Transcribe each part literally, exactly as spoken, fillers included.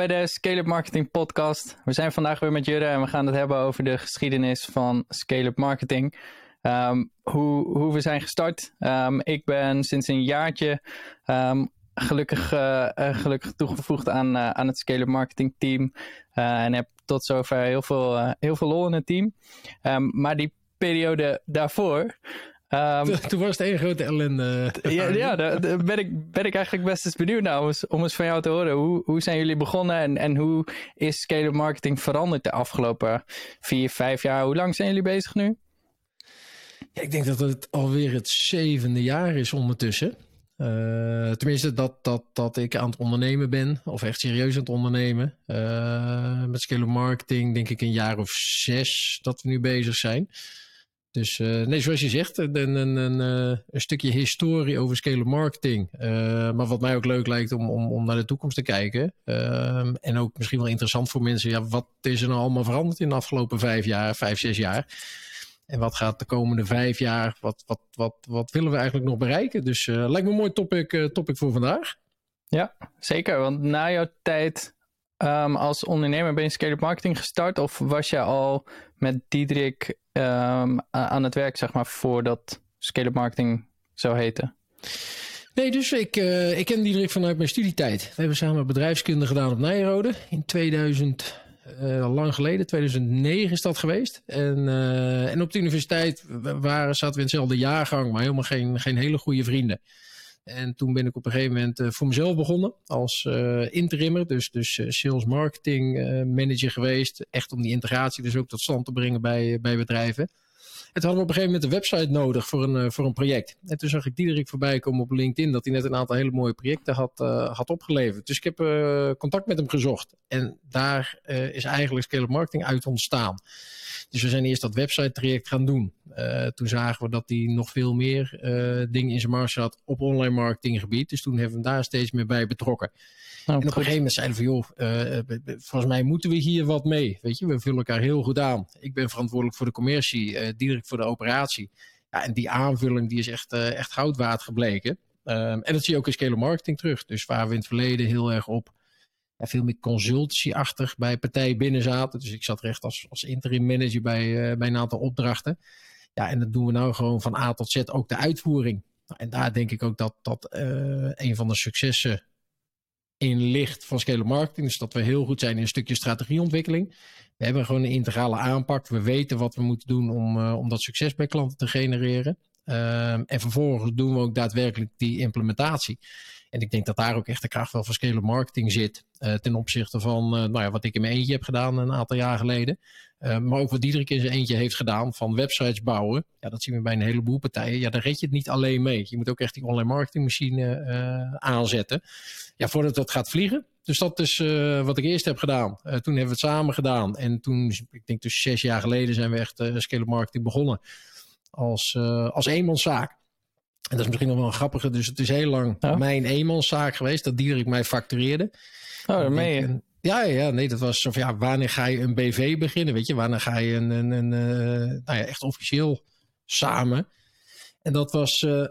bij de Scale-up Marketing podcast. We zijn vandaag weer met Jurre en we gaan het hebben over de geschiedenis van Scale-up Marketing. Um, hoe, hoe we zijn gestart. Um, ik ben sinds een jaartje um, gelukkig, uh, uh, gelukkig toegevoegd aan, uh, aan het Scale-up Marketing team. Uh, en heb tot zover heel veel, uh, heel veel lol in het team. Um, maar die periode daarvoor... Um, Toen was het één grote ellende. Ja, ja daar, daar ben, ik, ben ik eigenlijk best eens benieuwd naar om eens, om eens van jou te horen. Hoe, hoe zijn jullie begonnen en, en hoe is Scale-up Marketing veranderd de afgelopen vier, vijf jaar? Hoe lang zijn jullie bezig nu? Ja, ik denk dat het alweer het zevende jaar is ondertussen. Uh, tenminste, dat, dat, dat ik aan het ondernemen ben, of echt serieus aan het ondernemen. Uh, met Scale-up Marketing denk ik een jaar of zes dat we nu bezig zijn. Dus uh, nee, zoals je zegt, een, een, een, een stukje historie over Scale-up Marketing. Uh, maar wat mij ook leuk lijkt om, om, om naar de toekomst te kijken. Uh, en ook misschien wel interessant voor mensen. Ja, wat is er nou allemaal veranderd in de afgelopen vijf jaar, vijf, zes jaar? En wat gaat de komende vijf jaar, wat, wat, wat, wat willen we eigenlijk nog bereiken? Dus uh, lijkt me een mooi topic, uh, topic voor vandaag. Ja, zeker. Want na jouw tijd um, als ondernemer ben je Scale-up Marketing gestart? Of was je al met Diederik um, aan het werk, zeg maar, voordat Scale-up Marketing zou heten? Nee, dus ik, uh, ik ken Diederik vanuit mijn studietijd. We hebben samen bedrijfskunde gedaan op Nijrode in tweeduizend. Uh, lang geleden, tweeduizend negen is dat geweest. En, uh, en op de universiteit waren, zaten we in hetzelfde jaargang, maar helemaal geen, geen hele goede vrienden. En toen ben ik op een gegeven moment uh, voor mezelf begonnen als uh, interimmer. Dus, dus uh, sales marketing uh, manager geweest. Echt om die integratie dus ook tot stand te brengen bij, uh, bij bedrijven. En toen hadden we op een gegeven moment een website nodig voor een, uh, voor een project. En toen zag ik Diederik voorbij komen op LinkedIn dat hij net een aantal hele mooie projecten had, uh, had opgeleverd. Dus ik heb uh, contact met hem gezocht. En daar uh, is eigenlijk Scale-up Marketing uit ontstaan. Dus we zijn eerst dat website traject gaan doen. Uh, toen zagen we dat hij nog veel meer uh, dingen in zijn mars had op online marketinggebied. Dus toen hebben we hem daar steeds meer bij betrokken. Oh, en op goed. Een gegeven moment zeiden we van, joh, uh, volgens mij moeten we hier wat mee. Weet je, we vullen elkaar heel goed aan. Ik ben verantwoordelijk voor de commercie, uh, Diederik voor de operatie. Ja, en die aanvulling die is echt, uh, echt goud waard gebleken. Uh, en dat zie je ook in Scale-up Marketing terug. Dus waar we in het verleden heel erg op ja, veel meer consultancy-achtig bij partijen binnen zaten. Dus ik zat er echt als, als interim manager bij, uh, bij een aantal opdrachten. Ja, en dat doen we nou gewoon van A tot Z ook de uitvoering. Nou, en daar denk ik ook dat dat uh, een van de successen in ligt van Scale-up Marketing. Dus dat we heel goed zijn in een stukje strategieontwikkeling. We hebben gewoon een integrale aanpak. We weten wat we moeten doen om, uh, om dat succes bij klanten te genereren. Uh, en vervolgens doen we ook daadwerkelijk die implementatie. En ik denk dat daar ook echt de kracht wel van Scale-up Marketing zit. Uh, ten opzichte van uh, nou ja, wat ik in mijn eentje heb gedaan een aantal jaar geleden. Uh, maar ook wat Diederik in zijn eentje heeft gedaan van websites bouwen. Ja, dat zien we bij een heleboel partijen. Ja, daar red je het niet alleen mee. Je moet ook echt die online marketingmachine uh, aanzetten. Ja, voordat dat gaat vliegen. Dus dat is uh, wat ik eerst heb gedaan. Uh, toen hebben we het samen gedaan. En toen, ik denk dus zes jaar geleden zijn we echt uh, Scale-up Marketing begonnen. Als, uh, als eenmanszaak. En dat is misschien nog wel een grappige. Dus het is heel lang oh. mijn eenmanszaak geweest. Dat Diederik mij factureerde. Oh, daar meen je. Ja, ja, nee, dat was zo van, ja, wanneer ga je een B V beginnen? Weet je, wanneer ga je een, een, een uh, nou ja, echt officieel samen? En dat was, uh,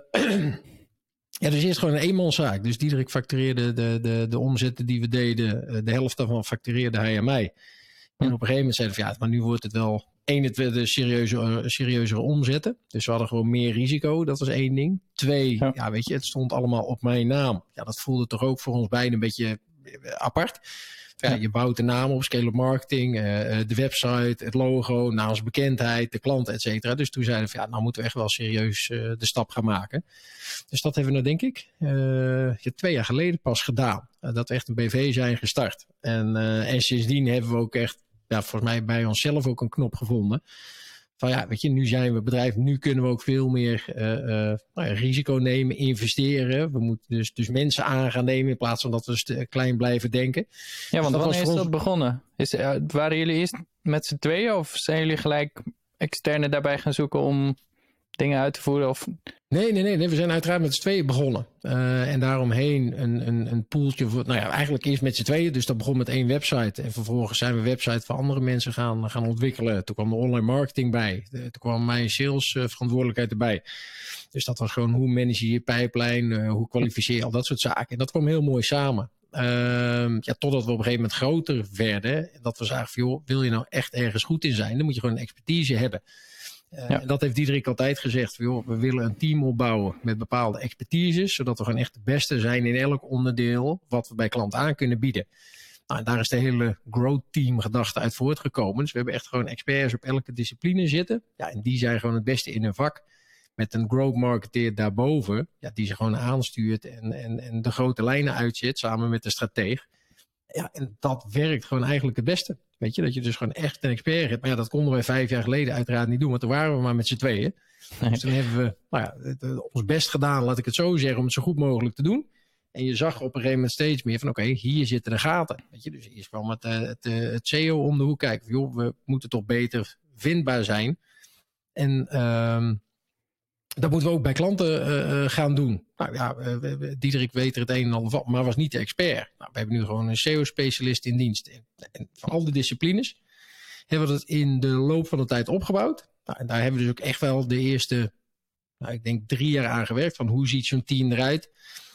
ja, dus eerst gewoon een eenmanszaak. Dus Diederik factureerde de, de, de omzetten die we deden. De helft daarvan factureerde hij aan mij. En op een gegeven moment zeiden we, ja, maar nu wordt het wel één, het werden serieuze, serieuzere omzetten. Dus we hadden gewoon meer risico. Dat was één ding. Twee, ja. ja, weet je, het stond allemaal op mijn naam. Ja, dat voelde toch ook voor ons beiden een beetje apart. Ja, je bouwt de naam op, Scale-up Marketing, uh, de website, het logo, naamsbekendheid, de klant, et cetera. Dus toen zeiden we, ja, nou moeten we echt wel serieus uh, de stap gaan maken. Dus dat hebben we nou, denk ik, uh, ja, twee jaar geleden pas gedaan. Uh, dat we echt een B V zijn gestart. En, uh, en sindsdien hebben we ook echt, ja, volgens mij bij onszelf ook een knop gevonden. Van ja, weet je, nu zijn we bedrijf, nu kunnen we ook veel meer uh, uh, nou ja, risico nemen, investeren. We moeten dus, dus mensen aan gaan nemen in plaats van dat we st- klein blijven denken. Ja, want dus wanneer is ons... dat begonnen? Is, uh, waren jullie eerst met z'n tweeën of zijn jullie gelijk externe daarbij gaan zoeken om dingen uit te voeren? Of... Nee, nee, nee, nee, we zijn uiteraard met z'n tweeën begonnen. Uh, en daaromheen een, een, een poeltje voor, nou ja, eigenlijk eerst met z'n tweeën. Dus dat begon met één website. En vervolgens zijn we website voor andere mensen gaan, gaan ontwikkelen. Toen kwam de online marketing bij. Toen kwam mijn sales uh, verantwoordelijkheid erbij. Dus dat was gewoon hoe manage je je pijplijn, uh, hoe kwalificeer je al dat soort zaken. En dat kwam heel mooi samen. Um, ja, totdat we op een gegeven moment groter werden. En dat we zagen van, joh, wil je nou echt ergens goed in zijn, dan moet je gewoon een expertise hebben. Uh, ja. En dat heeft Diederik altijd gezegd. Van, joh, we willen een team opbouwen met bepaalde expertises, zodat we gewoon echt de beste zijn in elk onderdeel wat we bij klant aan kunnen bieden. Nou, en daar is de hele growth team gedachte uit voortgekomen. Dus we hebben echt gewoon experts op elke discipline zitten. Ja, en die zijn gewoon het beste in hun vak. Met een growth marketeer daarboven, ja, die ze gewoon aanstuurt en, en, en de grote lijnen uitzet samen met de strateeg. Ja, en dat werkt gewoon eigenlijk het beste. Weet je, dat je dus gewoon echt een expert hebt. Maar ja, dat konden wij vijf jaar geleden uiteraard niet doen, want toen waren we maar met z'n tweeën. Nee. Dus toen hebben we nou ja, het, het, ons best gedaan, laat ik het zo zeggen, om het zo goed mogelijk te doen. En je zag op een gegeven moment steeds meer van, oké, okay, hier zitten de gaten. Weet je, dus eerst kwam het, het, het S E O om de hoek kijken. Van, joh, we moeten toch beter vindbaar zijn. En um, dat moeten we ook bij klanten uh, gaan doen. Nou ja, uh, Diederik weet er het een en ander van, maar was niet de expert. Nou, we hebben nu gewoon een S E O-specialist in dienst. En, en van al die disciplines hebben we dat in de loop van de tijd opgebouwd. Nou, en daar hebben we dus ook echt wel de eerste, nou, ik denk drie jaar aan gewerkt. Van hoe ziet zo'n team eruit?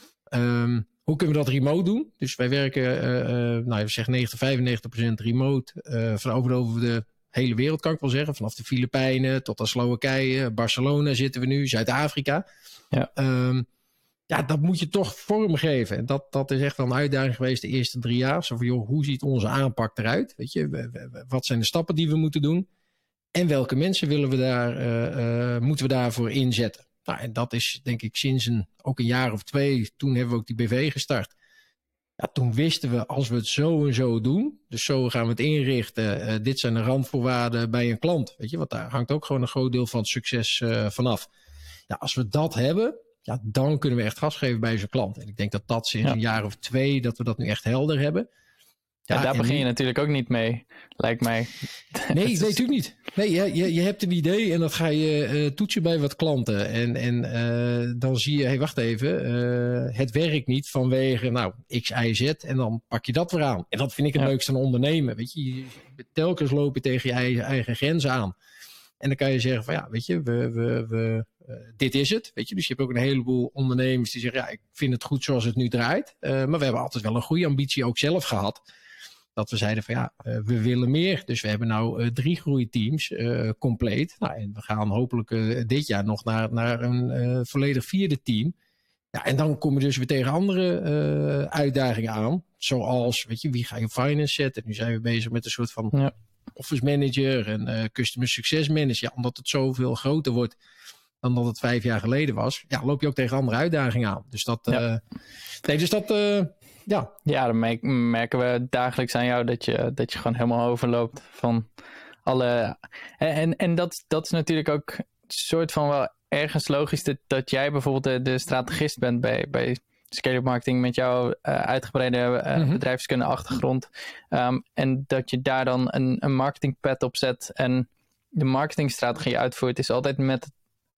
Um, hoe kunnen we dat remote doen? Dus wij werken, uh, uh, nou, zeg negentig, vijfennegentig procent remote uh, van over de, over de hele wereld, kan ik wel zeggen. Vanaf de Filipijnen tot aan Slowakije, Barcelona zitten we nu, Zuid-Afrika. Ja. Um, ja, dat moet je toch vormgeven. En dat, dat is echt wel een uitdaging geweest de eerste drie jaar. Zo van, joh, hoe ziet onze aanpak eruit? Weet je, we, we, wat zijn de stappen die we moeten doen? En welke mensen willen we daar, uh, uh, moeten we daarvoor inzetten? Nou, en dat is denk ik sinds een, ook een jaar of twee, toen hebben we ook die B V gestart. Ja, toen wisten we, als we het zo en zo doen, dus zo gaan we het inrichten. Uh, dit zijn de randvoorwaarden bij een klant. Weet je, want daar hangt ook gewoon een groot deel van het succes uh, vanaf. Ja, als we dat hebben, ja, dan kunnen we echt gas geven bij zo'n klant. En ik denk dat dat sinds ja. een jaar of twee, dat we dat nu echt helder hebben. Ja, ja, daar begin je nu... natuurlijk ook niet mee, lijkt mij. Nee, nee, natuurlijk niet. Nee, je, je, je hebt een idee en dat ga je uh, toetsen bij wat klanten. En, en uh, dan zie je, hé, hey, wacht even, uh, het werkt niet vanwege, nou, X, Y, Z. En dan pak je dat weer aan. En dat vind ik het ja. leukste aan ondernemen. Weet je, je, telkens loop je tegen je eigen, eigen grenzen aan. En dan kan je zeggen van, ja, weet je, we, we, we, uh, dit is het. Weet je, dus je hebt ook een heleboel ondernemers die zeggen, ja, ik vind het goed zoals het nu draait. Uh, maar we hebben altijd wel een goede ambitie ook zelf gehad. Dat we zeiden van ja, uh, we willen meer. Dus we hebben nou uh, drie groeiteams uh, compleet. Nou, en we gaan hopelijk uh, dit jaar nog naar, naar een uh, volledig vierde team. Ja, en dan kom je dus weer tegen andere uh, uitdagingen aan. Zoals, weet je, wie ga je finance zetten? Nu zijn we bezig met een soort van ja. office manager en uh, customer success manager. Ja, omdat het zoveel groter wordt dan dat het vijf jaar geleden was. Ja, loop je ook tegen andere uitdagingen aan. Dus dat, uh, ja. nee, dus dat... Uh, Ja, ja, dan merken we dagelijks aan jou dat je, dat je gewoon helemaal overloopt van alle... En, en, en dat, dat is natuurlijk ook een soort van wel ergens logisch dat, dat jij bijvoorbeeld de, de strategist bent bij, bij Scale-up Marketing met jouw uh, uitgebreide uh, mm-hmm. bedrijfskunde achtergrond. Um, en dat je daar dan een, een marketingpad op zet en de marketingstrategie uitvoert, is altijd met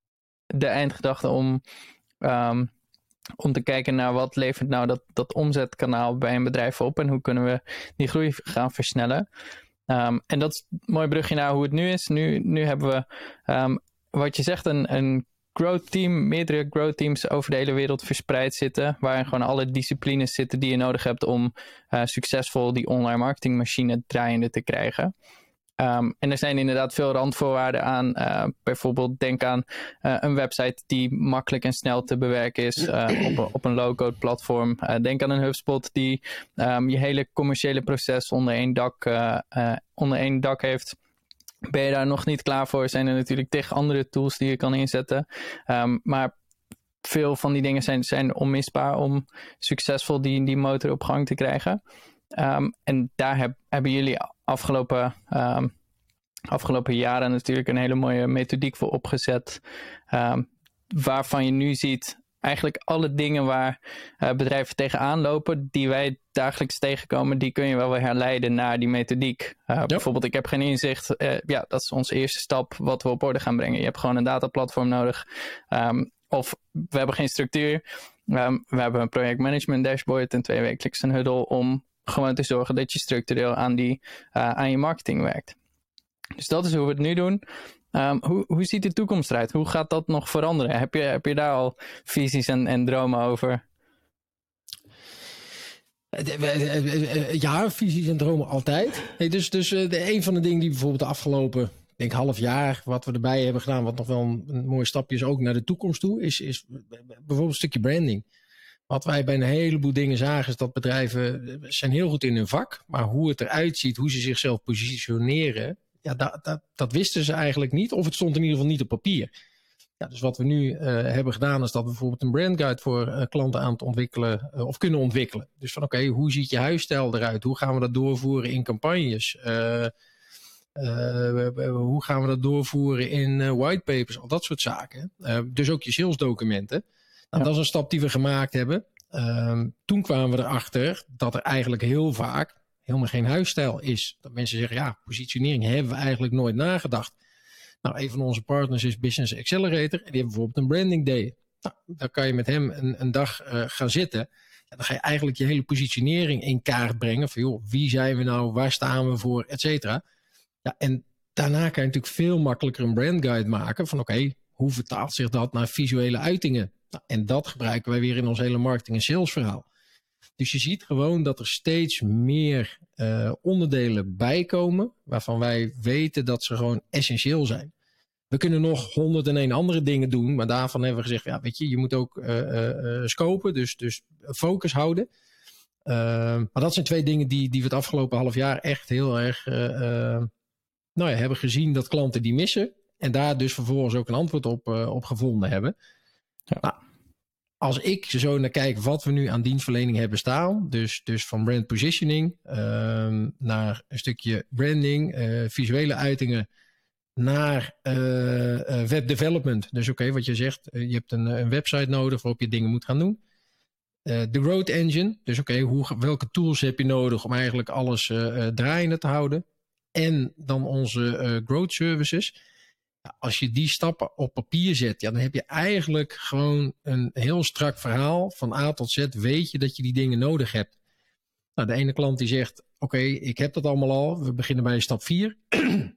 de eindgedachte om... Um, Om te kijken naar wat levert nou dat, dat omzetkanaal bij een bedrijf op en hoe kunnen we die groei gaan versnellen. Um, en dat is een mooi brugje naar hoe het nu is. Nu, nu hebben we, um, wat je zegt, een, een growth team, meerdere growth teams over de hele wereld verspreid zitten, waarin gewoon alle disciplines zitten die je nodig hebt om uh, succesvol die online marketingmachine draaiende te krijgen. Um, en er zijn inderdaad veel randvoorwaarden aan. Uh, bijvoorbeeld denk aan uh, een website die makkelijk en snel te bewerken is uh, op, op een low-code platform. Uh, denk aan een HubSpot die um, je hele commerciële proces onder één dak, uh, uh, onder één dak heeft. Ben je daar nog niet klaar voor, zijn er natuurlijk tegen andere tools die je kan inzetten. Um, maar veel van die dingen zijn, zijn onmisbaar om succesvol die, die motor op gang te krijgen. Um, en daar heb, hebben jullie afgelopen, um, afgelopen jaren natuurlijk een hele mooie methodiek voor opgezet. Um, waarvan je nu ziet eigenlijk alle dingen waar uh, bedrijven tegenaan lopen, die wij dagelijks tegenkomen, die kun je wel weer herleiden naar die methodiek. Uh, ja. Bijvoorbeeld, ik heb geen inzicht. Uh, ja, dat is onze eerste stap wat we op orde gaan brengen. Je hebt gewoon een dataplatform nodig. Um, of we hebben geen structuur. Um, we hebben een projectmanagement dashboard en twee wekelijks een huddle om gewoon te zorgen dat je structureel aan, die, uh, aan je marketing werkt. Dus dat is hoe we het nu doen. Um, hoe, hoe ziet de toekomst eruit? Hoe gaat dat nog veranderen? Heb je, heb je daar al visies en, en dromen over? Ja, visies en dromen altijd. Nee, dus dus de, een van de dingen die bijvoorbeeld de afgelopen, ik denk half jaar, wat we erbij hebben gedaan, wat nog wel een, een mooi stapje is ook naar de toekomst toe, is, is bijvoorbeeld een stukje branding. Wat wij bij een heleboel dingen zagen is dat bedrijven zijn heel goed in hun vak, maar hoe het eruit ziet, hoe ze zichzelf positioneren, ja, dat, dat, dat wisten ze eigenlijk niet. Of het stond in ieder geval niet op papier. Ja, dus wat we nu uh, hebben gedaan is dat we bijvoorbeeld een brandguide voor uh, klanten aan het ontwikkelen uh, of kunnen ontwikkelen. Dus van oké, okay, hoe ziet je huisstijl eruit? Hoe gaan we dat doorvoeren in campagnes? Uh, uh, hoe gaan we dat doorvoeren in uh, whitepapers? Al dat soort zaken. Uh, dus ook je salesdocumenten. Nou, ja. Dat is een stap die we gemaakt hebben. Uh, toen kwamen we erachter dat er eigenlijk heel vaak helemaal geen huisstijl is. Dat mensen zeggen, ja, positionering hebben we eigenlijk nooit nagedacht. Nou, een van onze partners is Business Accelerator. En die hebben bijvoorbeeld een branding day. Nou, daar kan je met hem een, een dag uh, gaan zitten. En dan ga je eigenlijk je hele positionering in kaart brengen. Van joh, wie zijn we nou? Waar staan we voor? Et cetera. Ja, en daarna kan je natuurlijk veel makkelijker een brandguide maken. Van oké, okay, hoe vertaalt zich dat naar visuele uitingen? Nou, en dat gebruiken wij weer in ons hele marketing- en salesverhaal. Dus je ziet gewoon dat er steeds meer uh, onderdelen bijkomen, waarvan wij weten dat ze gewoon essentieel zijn. We kunnen nog honderd en één andere dingen doen, maar daarvan hebben we gezegd, ja, weet je, je moet ook uh, uh, scopen, dus, dus focus houden. Uh, maar dat zijn twee dingen die, die we het afgelopen half jaar echt heel erg uh, uh, nou ja, hebben gezien dat klanten die missen. En daar dus vervolgens ook een antwoord op, uh, op gevonden hebben. Ja. Nou, als ik zo naar kijk wat we nu aan dienstverlening hebben staan, dus, dus van brand positioning uh, naar een stukje branding, uh, visuele uitingen, naar uh, uh, web development. Dus oké, okay, wat je zegt, uh, je hebt een, een website nodig waarop je dingen moet gaan doen. Uh, de growth engine, dus oké, okay, welke tools heb je nodig om eigenlijk alles uh, uh, draaiende te houden. En dan onze uh, growth services. Als je die stappen op papier zet, ja, dan heb je eigenlijk gewoon een heel strak verhaal. Van A tot Z weet je dat je die dingen nodig hebt. Nou, de ene klant die zegt, oké, okay, ik heb dat allemaal al. We beginnen bij stap vier. um,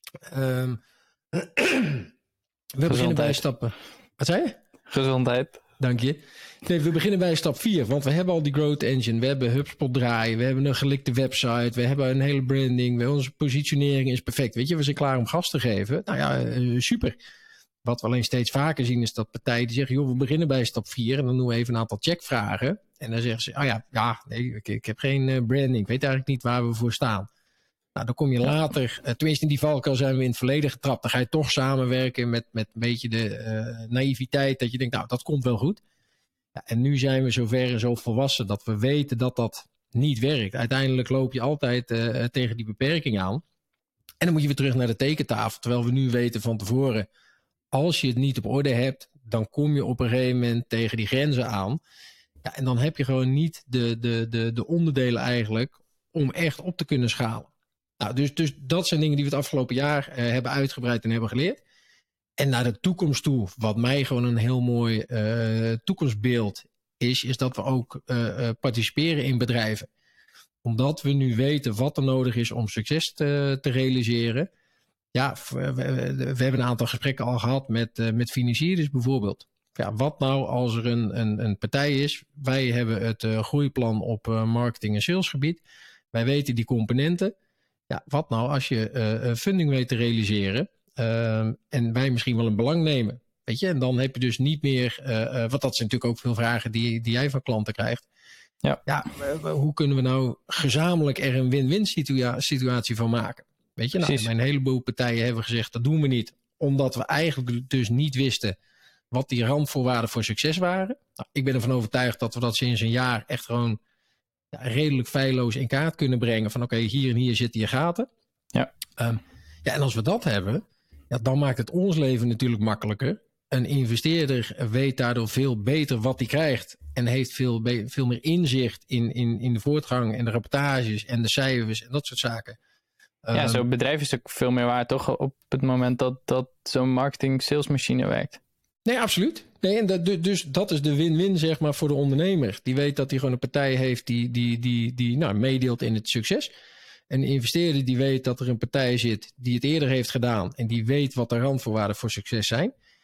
we Gezondheid. beginnen bij stap... Wat zei je? Gezondheid. Dank je. Nee, we beginnen bij stap vier, want we hebben al die growth engine. We hebben HubSpot draaien, we hebben een gelikte website, we hebben een hele branding, we, onze positionering is perfect. Weet je, we zijn klaar om gas te geven. Nou ja, uh, super. Wat we alleen steeds vaker zien is dat partijen die zeggen, joh, we beginnen bij stap vier en dan doen we even een aantal checkvragen. En dan zeggen ze, oh ja, ja nee, ik, ik heb geen uh, branding, ik weet eigenlijk niet waar we voor staan. Nou, dan kom je later, uh, tenminste in die valkuil zijn we in het verleden getrapt. Dan ga je toch samenwerken met, met een beetje de uh, naïviteit dat je denkt, nou, dat komt wel goed. Ja, en nu zijn we zover en zo volwassen dat we weten dat dat niet werkt. Uiteindelijk loop je altijd uh, tegen die beperking aan. En dan moet je weer terug naar de tekentafel. Terwijl we nu weten van tevoren, als je het niet op orde hebt, dan kom je op een gegeven moment tegen die grenzen aan. Ja, en dan heb je gewoon niet de, de, de, de onderdelen eigenlijk om echt op te kunnen schalen. Nou, dus, dus dat zijn dingen die we het afgelopen jaar uh, hebben uitgebreid en hebben geleerd. En naar de toekomst toe, wat mij gewoon een heel mooi uh, toekomstbeeld is, is dat we ook uh, uh, participeren in bedrijven. Omdat we nu weten wat er nodig is om succes te, te realiseren. Ja, we, we, we hebben een aantal gesprekken al gehad met, uh, met financierders bijvoorbeeld. Ja, wat nou als er een, een, een partij is? Wij hebben het uh, groeiplan op uh, marketing- en salesgebied. Wij weten die componenten. Ja, wat nou als je uh, funding weet te realiseren? Uh, en wij misschien wel een belang nemen. Weet je, en dan heb je dus niet meer, uh, uh, want dat zijn natuurlijk ook veel vragen die, die jij van klanten krijgt. Ja, ja uh, hoe kunnen we nou gezamenlijk er een win-win situa- situatie van maken? Weet je, nou, bij een heleboel partijen hebben gezegd, dat doen we niet. Omdat we eigenlijk dus niet wisten wat die randvoorwaarden voor succes waren. Nou, ik ben ervan overtuigd dat we dat sinds een jaar echt gewoon ja, redelijk feilloos in kaart kunnen brengen. Van oké, okay, hier en hier zitten je gaten. Ja. Um, ja, en als we dat hebben, ja, dan maakt het ons leven natuurlijk makkelijker. Een investeerder weet daardoor veel beter wat hij krijgt. En heeft veel, be- veel meer inzicht in, in, in de voortgang en de rapportages en de cijfers en dat soort zaken. Ja, um, zo'n bedrijf is ook veel meer waard toch op het moment dat, dat zo'n marketing-salesmachine werkt. Nee, absoluut. Nee, en dat, dus dat is de win-win zeg maar voor de ondernemer. Die weet dat hij gewoon een partij heeft die, die, die, die nou, meedeelt in het succes. En de investeerder die weet dat er een partij zit die het eerder heeft gedaan. En die weet wat de randvoorwaarden voor succes zijn.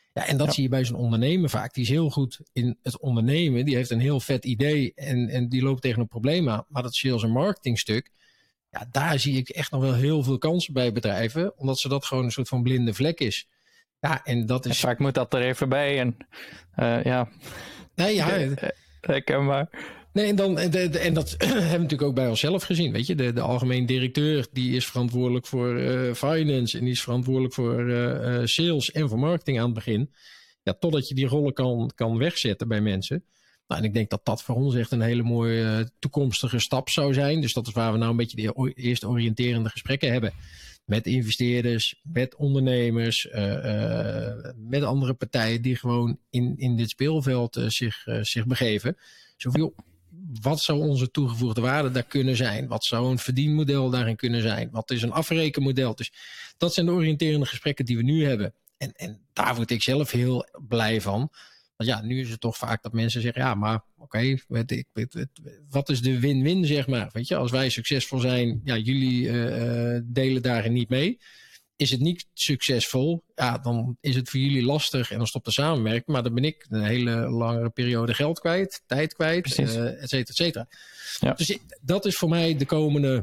Ja, en dat ja. zie je bij zo'n ondernemer vaak. Die is heel goed in het ondernemen. Die heeft een heel vet idee en, en die loopt tegen een probleem aan. Maar dat sales- en marketingstuk, ja, daar zie ik echt nog wel heel veel kansen bij bedrijven. Omdat ze dat gewoon een soort van blinde vlek is. Ja, en dat is... En vaak moet dat er even bij en uh, ja... Nee, ja... Herkenbaar. Nee, en, dan, en, de, de, en dat hebben we natuurlijk ook bij onszelf gezien. Weet je, de, de algemeen directeur die is verantwoordelijk voor uh, finance en die is verantwoordelijk voor uh, uh, sales en voor marketing aan het begin. Ja, totdat je die rollen kan, kan wegzetten bij mensen. Nou, en ik denk dat dat voor ons echt een hele mooie uh, toekomstige stap zou zijn. Dus dat is waar we nou een beetje de o- eerste oriënterende gesprekken hebben. Met investeerders, met ondernemers, uh, uh, met andere partijen die gewoon in, in dit speelveld uh, zich, uh, zich begeven. Zo van, joh, wat zou onze toegevoegde waarde daar kunnen zijn? Wat zou een verdienmodel daarin kunnen zijn? Wat is een afrekenmodel? Dus dat zijn de oriënterende gesprekken die we nu hebben. En, en daar word ik zelf heel blij van. Want ja, nu is het toch vaak dat mensen zeggen, ja, maar oké, okay, wat is de win-win, zeg maar? Weet je, als wij succesvol zijn, ja, jullie uh, delen daarin niet mee. Is het niet succesvol, ja, dan is het voor jullie lastig en dan stopt de samenwerking. Maar dan ben ik een hele langere periode geld kwijt, tijd kwijt, uh, et cetera, et cetera. Ja. Dus dat is voor mij de komende...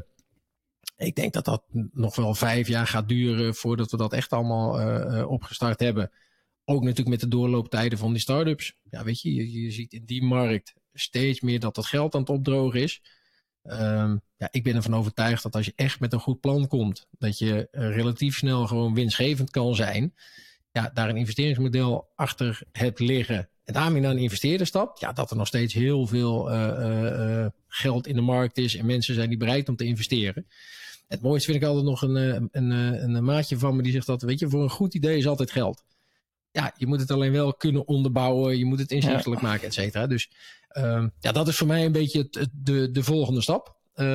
Ik denk dat dat nog wel vijf jaar gaat duren voordat we dat echt allemaal uh, opgestart hebben. Ook natuurlijk met de doorlooptijden van die start-ups. Ja, weet je, je, je ziet in die markt steeds meer dat het geld aan het opdrogen is. Um, ja, ik ben ervan overtuigd dat als je echt met een goed plan komt, dat je uh, relatief snel gewoon winstgevend kan zijn. Ja, daar een investeringsmodel achter hebt liggen. En daarmee naar een investeerder stapt. Ja, dat er nog steeds heel veel uh, uh, geld in de markt is en mensen zijn die bereid om te investeren. Het mooiste vind ik altijd nog een, een, een, een maatje van me die zegt dat, weet je, voor een goed idee is altijd geld. Ja, je moet het alleen wel kunnen onderbouwen. Je moet het inzichtelijk ja. maken, et cetera. Dus um, ja, dat is voor mij een beetje het, het, de, de volgende stap.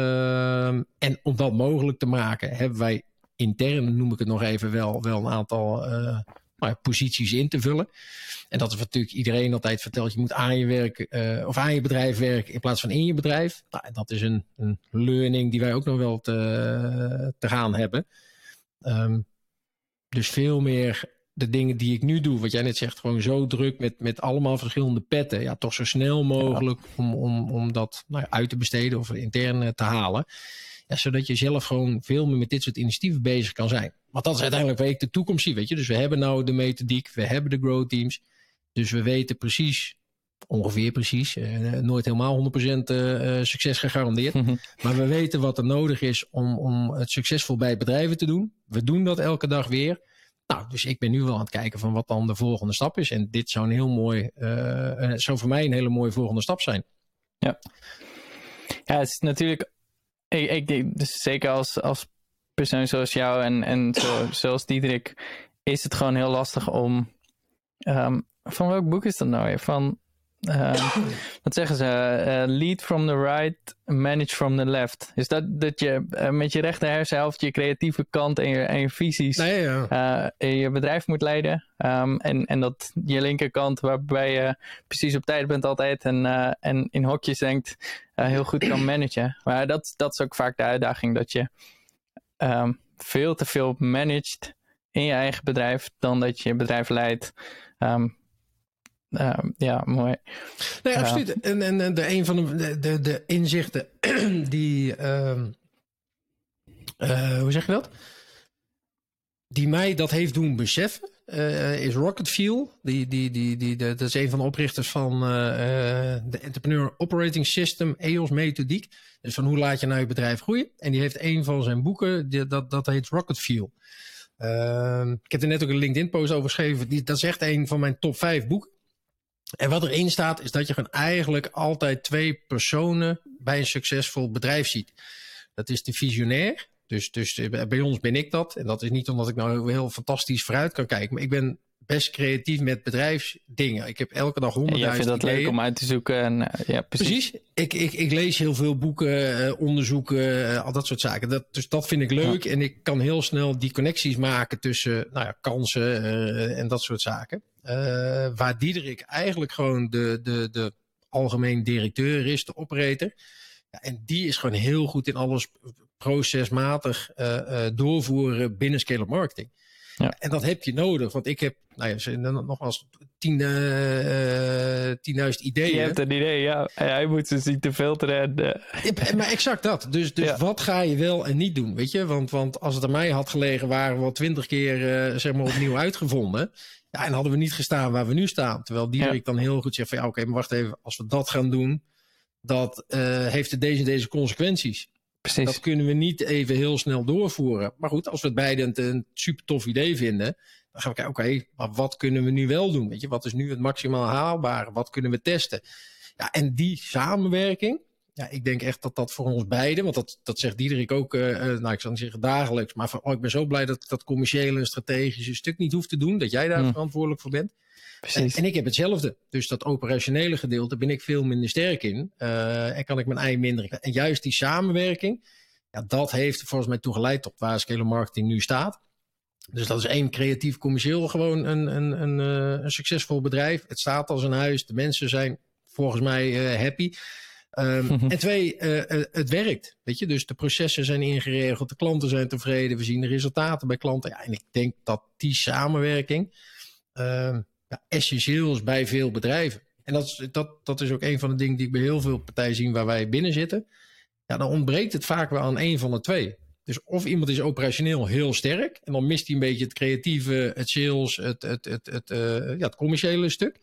Um, en om dat mogelijk te maken, hebben wij intern, noem ik het nog even, wel, wel een aantal uh, nou ja, posities in te vullen. En dat is wat natuurlijk iedereen altijd vertelt. Je moet aan je werk uh, of aan je bedrijf werken in plaats van in je bedrijf. Nou, dat is een, een learning die wij ook nog wel te, te gaan hebben. Um, dus veel meer de dingen die ik nu doe, wat jij net zegt, gewoon zo druk met, met allemaal verschillende petten. Ja, toch zo snel mogelijk ja. om, om, om dat nou ja, uit te besteden of intern te halen. Ja, zodat je zelf gewoon veel meer met dit soort initiatieven bezig kan zijn. Want dat is uiteindelijk waar ik de toekomst zie, weet je. Dus we hebben nou de methodiek, we hebben de growth teams. Dus we weten precies, ongeveer precies, uh, nooit helemaal honderd procent uh, succes gegarandeerd. Mm-hmm. Maar we weten wat er nodig is om, om het succesvol bij bedrijven te doen. We doen dat elke dag weer. Nou, dus ik ben nu wel aan het kijken van wat dan de volgende stap is. En dit zou een heel mooi, uh, zou voor mij een hele mooie volgende stap zijn. Ja, ja, het is natuurlijk, ik, ik denk, dus zeker als, als persoon zoals jou en, en zo, zoals Diederik, is het gewoon heel lastig om, um, van welk boek is dat nou weer? Van, uh, wat zeggen ze? Uh, lead from the right, manage from the left. Is dat dat je uh, met je rechter hersenhelft je creatieve kant en je, en je visies nee, ja. uh, je bedrijf moet leiden. Um, en, en dat je linkerkant, waarbij je precies op tijd bent altijd en, uh, en in hokjes denkt, uh, heel goed kan managen. Maar dat, dat is ook vaak de uitdaging, dat je um, veel te veel managt in je eigen bedrijf dan dat je je bedrijf leidt. Um, Uh, ja, mooi. Nee, absoluut. Uh, en, en, en de, een van de, de, de inzichten die... Uh, uh, hoe zeg je dat? Die mij dat heeft doen beseffen, uh, is Rocket Fuel. Die, die, die, die, de, dat is een van de oprichters van uh, de Entrepreneur Operating System, E O S methodiek. Dus van hoe laat je nou je bedrijf groeien. En die heeft een van zijn boeken, die, dat, dat heet Rocket Fuel. Uh, ik heb er net ook een LinkedIn post over geschreven. Die, dat is echt een van mijn top vijf boeken. En wat erin staat is dat je gewoon eigenlijk altijd twee personen bij een succesvol bedrijf ziet. Dat is de visionair. Dus, dus bij ons ben ik dat. En dat is niet omdat ik nou heel fantastisch vooruit kan kijken. Maar ik ben best creatief met bedrijfsdingen. Ik heb elke dag honderdduizend ideeën. Jij vindt dat leuk om uit te zoeken. En, uh, ja, precies. precies. Ik, ik, ik lees heel veel boeken, uh, onderzoeken, uh, al dat soort zaken. Dat, dus dat vind ik leuk. Ja. En ik kan heel snel die connecties maken tussen nou ja, kansen uh, en dat soort zaken. Uh, waar Diederik eigenlijk gewoon de, de, de algemeen directeur is, de operator. Ja, en die is gewoon heel goed in alles procesmatig uh, uh, doorvoeren binnen scale-up marketing. Ja. En dat heb je nodig, want ik heb, nou ja, nogmaals, tienduizend ideeën. Je hebt een idee, ja. Hij moet ze zien te filteren. En, uh... ja, maar exact dat. Dus, dus ja. wat ga je wel en niet doen, weet je? Want, want als het aan mij had gelegen, waren we wel twintig keer uh, zeg maar opnieuw uitgevonden. Ja, en hadden we niet gestaan waar we nu staan. Terwijl Diederik ja. dan heel goed zegt van, ja, oké, okay, maar wacht even. Als we dat gaan doen, dat uh, heeft het deze en deze consequenties. Precies. Dat kunnen we niet even heel snel doorvoeren. Maar goed, als we het beide een, een super tof idee vinden, dan gaan we kijken, oké, okay, maar wat kunnen we nu wel doen? Weet je, wat is nu het maximaal haalbare? Wat kunnen we testen? Ja, en die samenwerking, ja, ik denk echt dat dat voor ons beiden, want dat, dat zegt Diederik ook, uh, uh, nou, ik zal niet zeggen dagelijks, maar van, oh, ik ben zo blij dat ik dat commerciële en strategische stuk niet hoef te doen, dat jij daar hmm. verantwoordelijk voor bent. En, en ik heb hetzelfde. Dus dat operationele gedeelte ben ik veel minder sterk in. Uh, en kan ik mijn ei minder. En juist die samenwerking, ja, dat heeft volgens mij toegeleid tot waar Scalar Marketing nu staat. Dus dat is één, creatief commercieel gewoon een, een, een, een succesvol bedrijf. Het staat als een huis. De mensen zijn volgens mij uh, happy. Um, mm-hmm. En twee, uh, uh, het werkt. Weet je? Dus de processen zijn ingeregeld. De klanten zijn tevreden. We zien de resultaten bij klanten. Ja, en ik denk dat die samenwerking Uh, Ja, essentieel is bij veel bedrijven. En dat is, dat, dat is ook een van de dingen die ik bij heel veel partijen zie waar wij binnen zitten. Ja, dan ontbreekt het vaak wel aan één van de twee. Dus of iemand is operationeel heel sterk en dan mist hij een beetje het creatieve, het sales, het, het, het, het, uh, ja, het commerciële stuk.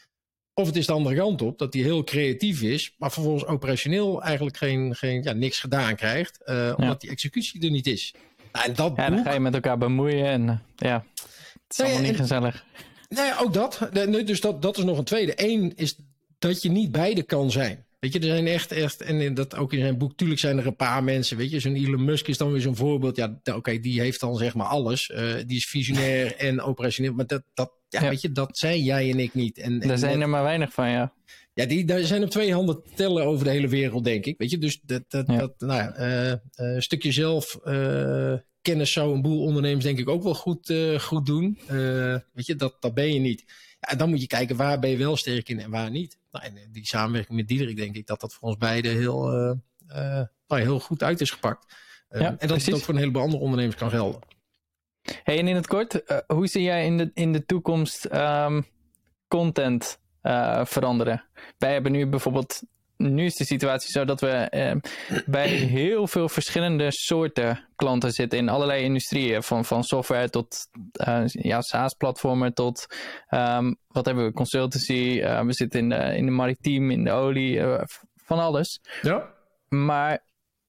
Of het is de andere kant op, dat hij heel creatief is, maar vervolgens operationeel eigenlijk geen, geen, ja, niks gedaan krijgt, uh, omdat ja. die executie er niet is. Nou, en dat ja, boek, dan ga je met elkaar bemoeien en uh, ja, het is allemaal nee, niet en, gezellig. Nou ja, ook dat. Dus dat, dat is nog een tweede. Eén is dat je niet beide kan zijn. Weet je, er zijn echt, echt, en dat ook in zijn boek, tuurlijk zijn er een paar mensen, weet je, zo'n Elon Musk is dan weer zo'n voorbeeld. Ja, oké, okay, die heeft dan zeg maar alles. Uh, die is visionair en operationeel, maar dat, dat, ja, ja, weet je, dat zijn jij en ik niet. En, Daar en zijn dat, er maar weinig van, ja. Ja, die, daar zijn op twee handen te tellen over de hele wereld, denk ik. Weet je, dus dat, dat, ja. dat nou ja, uh, uh, een stukje zelf uh, kennis zou een boel ondernemers denk ik ook wel goed, uh, goed doen. Uh, weet je, dat, dat ben je niet. Ja, en dan moet je kijken waar ben je wel sterk in en waar niet. Nou, en die samenwerking met Diederik denk ik dat dat voor ons beiden heel, uh, uh, nou, heel goed uit is gepakt. Uh, ja, en dat precies. Het ook voor een heleboel andere ondernemers kan gelden. Hey, en in het kort, uh, hoe zie jij in de, in de toekomst um, content uh, veranderen? Wij hebben nu bijvoorbeeld, nu is de situatie zo dat we uh, bij heel veel verschillende soorten klanten zitten in allerlei industrieën. Van, van software tot uh, ja, SaaS-platformen tot, um, wat hebben we, consultancy. Uh, we zitten in de, in de maritiem, in de olie, uh, van alles. Ja. Maar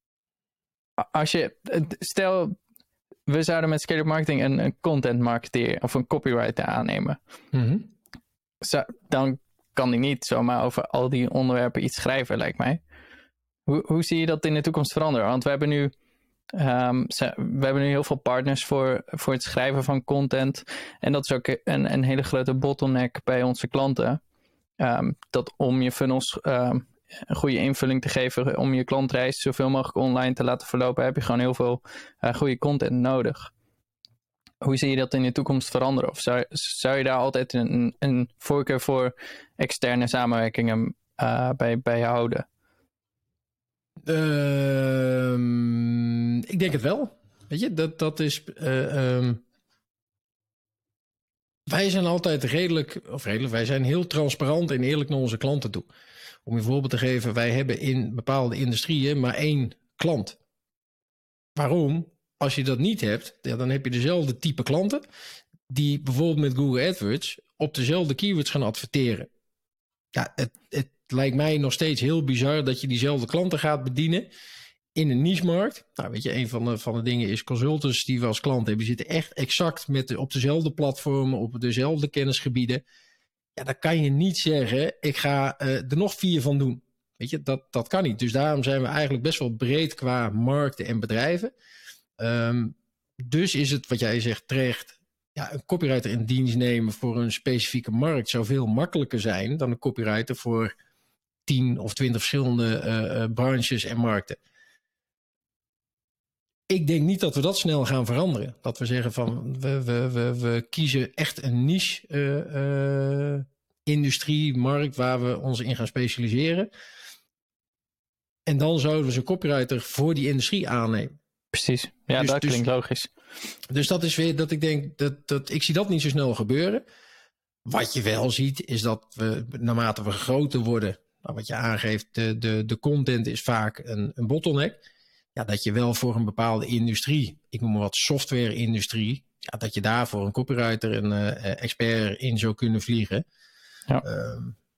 als je, stel, we zouden met Scalar Marketing een, een content marketeer of een copywriter aannemen. Mm-hmm. Zo, dan kan die niet zomaar over al die onderwerpen iets schrijven, lijkt mij. Hoe, hoe zie je dat in de toekomst veranderen? Want we hebben nu, um, we hebben nu heel veel partners voor, voor het schrijven van content. En dat is ook een, een hele grote bottleneck bij onze klanten. Um, dat om je funnels um, een goede invulling te geven, om je klantreis zoveel mogelijk online te laten verlopen, heb je gewoon heel veel uh, goede content nodig. Hoe zie je dat in de toekomst veranderen? Of zou, zou je daar altijd een, een voorkeur voor externe samenwerkingen uh, bij, bij houden? Uh, ik denk het wel. Weet je, dat, dat is... Uh, um, wij zijn altijd redelijk, of redelijk, wij zijn heel transparant en eerlijk naar onze klanten toe. Om je een voorbeeld te geven, wij hebben in bepaalde industrieën maar één klant. Waarom? Als je dat niet hebt, ja, dan heb je dezelfde type klanten die bijvoorbeeld met Google AdWords op dezelfde keywords gaan adverteren. Ja, het, het lijkt mij nog steeds heel bizar dat je diezelfde klanten gaat bedienen in een niche-markt. Nou, weet je, een van de, van de dingen is consultants die we als klant hebben, die zitten echt exact met de, op dezelfde platformen, op dezelfde kennisgebieden. Ja, dan kan je niet zeggen, ik ga uh, er nog vier van doen. Weet je, dat, dat kan niet. Dus daarom zijn we eigenlijk best wel breed qua markten en bedrijven. Um, dus is het, wat jij zegt, terecht, ja, een copywriter in dienst nemen voor een specifieke markt zou veel makkelijker zijn dan een copywriter voor tien of twintig verschillende uh, uh, branches en markten. Ik denk niet dat we dat snel gaan veranderen. Dat we zeggen van, we, we, we, we kiezen echt een niche uh, uh, industrie, markt waar we ons in gaan specialiseren. En dan zouden we zo'n copywriter voor die industrie aannemen. Precies. Ja, dus, dat dus, klinkt logisch. Dus dat is weer dat ik denk, dat, dat ik zie dat niet zo snel gebeuren. Wat je wel ziet, is dat we, naarmate we groter worden, nou, wat je aangeeft, de, de, de content is vaak een, een bottleneck. Ja, dat je wel voor een bepaalde industrie, ik noem maar wat software-industrie, ja, dat je daar voor een copywriter en uh, expert in zou kunnen vliegen. Ja. Uh,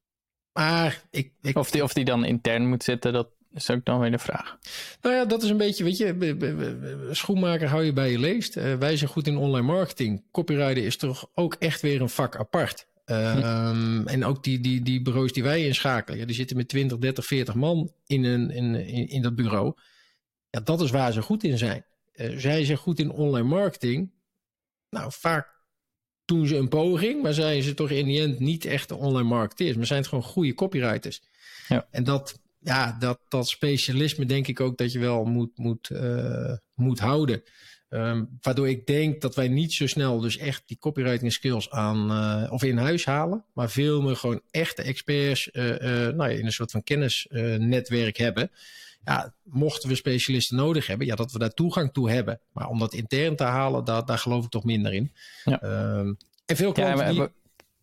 maar ik, ik, of, die, of die dan intern moet zitten, dat is ook dan weer de vraag. Nou ja, dat is een beetje, weet je, schoenmaker hou je bij je leest. Uh, wij zijn goed in online marketing. Copywriter is toch ook echt weer een vak apart. Uh, hm. um, en ook die, die, die bureaus die wij inschakelen, ja, die zitten met twintig, dertig, veertig man in, een, in, in, in dat bureau. Ja, dat is waar ze goed in zijn. Uh, zij zijn goed in online marketing. Nou, vaak doen ze een poging, maar zijn ze toch in die end niet echt de online marketeers, maar zijn het gewoon goede copywriters. Ja. En dat, ja, dat, dat specialisme denk ik ook dat je wel moet, moet, uh, moet houden. Um, waardoor ik denk dat wij niet zo snel dus echt die copywriting skills aan uh, of in huis halen, maar veel meer gewoon echte experts uh, uh, nou ja, in een soort van kennisnetwerk uh, hebben. Ja, mochten we specialisten nodig hebben, ja, dat we daar toegang toe hebben. Maar om dat intern te halen, daar, daar geloof ik toch minder in. Ja. Um, en veel klanten ja, maar, die...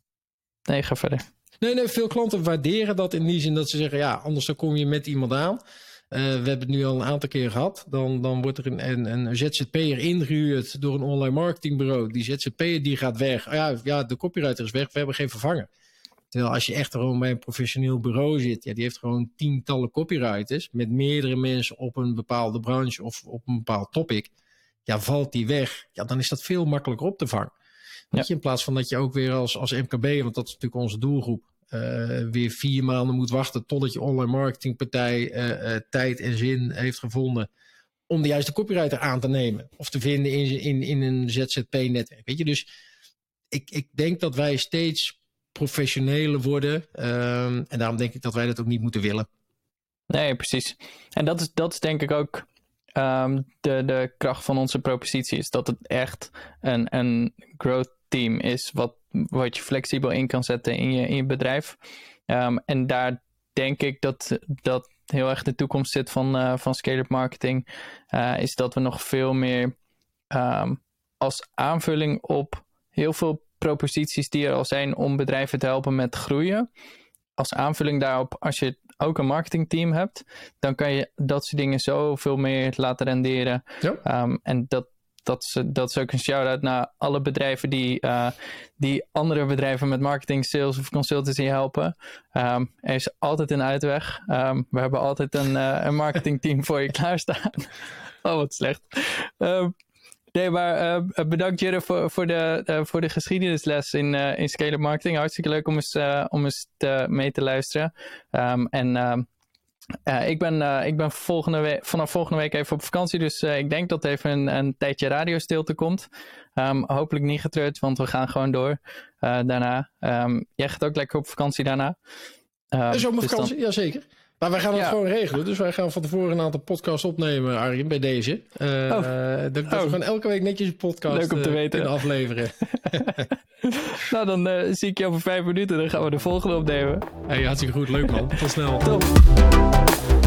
Nee, ga verder. Nee, nee, veel klanten waarderen dat in die zin dat ze zeggen, ja, anders dan kom je met iemand aan. Uh, we hebben het nu al een aantal keer gehad. Dan, dan wordt er een, een, een Z Z P'er ingehuurd door een online marketingbureau. Die Z Z P'er die gaat weg. Oh ja, ja, de copywriter is weg, we hebben geen vervanger. Terwijl als je echt gewoon bij een professioneel bureau zit, ja, die heeft gewoon tientallen copywriters met meerdere mensen op een bepaalde branche of op een bepaald topic. Ja, valt die weg, ja, dan is dat veel makkelijker op te vangen. Ja. Weet je, in plaats van dat je ook weer als, als M K B, want dat is natuurlijk onze doelgroep, uh, weer vier maanden moet wachten totdat je online marketingpartij uh, uh, tijd en zin heeft gevonden om de juiste copywriter aan te nemen of te vinden in, in, in een Z Z P-netwerk. Weet je, dus ik, ik denk dat wij steeds professioneler worden. Um, en daarom denk ik dat wij dat ook niet moeten willen. Nee, precies. En dat is, dat is denk ik ook um, de, de kracht van onze propositie. Is dat het echt een, een growth team is. Wat, wat je flexibel in kan zetten in je, in je bedrijf. Um, en daar denk ik dat, dat heel erg de toekomst zit van, uh, van scale-up marketing. Uh, is dat we nog veel meer um, als aanvulling op heel veel proposities die er al zijn om bedrijven te helpen met groeien. Als aanvulling daarop, als je ook een marketingteam hebt, dan kan je dat soort dingen zoveel meer laten renderen. Ja. Um, en dat, dat, is, dat is ook een shout-out naar alle bedrijven die, uh, die andere bedrijven met marketing, sales of consultancy helpen. Um, er is altijd een uitweg. Um, we hebben altijd een, uh, een marketingteam voor je klaarstaan. Oh, wat slecht. Um, Nee, maar uh, bedankt Jurre voor, voor, de, uh, voor de geschiedenisles in, uh, in scale-up marketing. Hartstikke leuk om eens, uh, om eens te, mee te luisteren. Um, en uh, uh, ik ben, uh, ik ben volgende week, vanaf volgende week even op vakantie. Dus uh, ik denk dat even een, een tijdje radiostilte komt. Um, hopelijk niet getreurd, want we gaan gewoon door uh, daarna. Um, jij gaat ook lekker op vakantie daarna. Um, Zomervakantie, dus dan... jazeker. Maar wij gaan het ja. gewoon regelen. Dus wij gaan van tevoren een aantal podcasts opnemen, Arjen, bij deze. Uh, oh. uh, dat, dat oh. we gewoon elke week netjes een podcast Leuk om te uh, weten. kunnen afleveren. Nou, dan uh, zie ik je over vijf minuten. Dan gaan we de volgende opnemen. Hey, hartstikke goed. Leuk man. Tot snel. Top.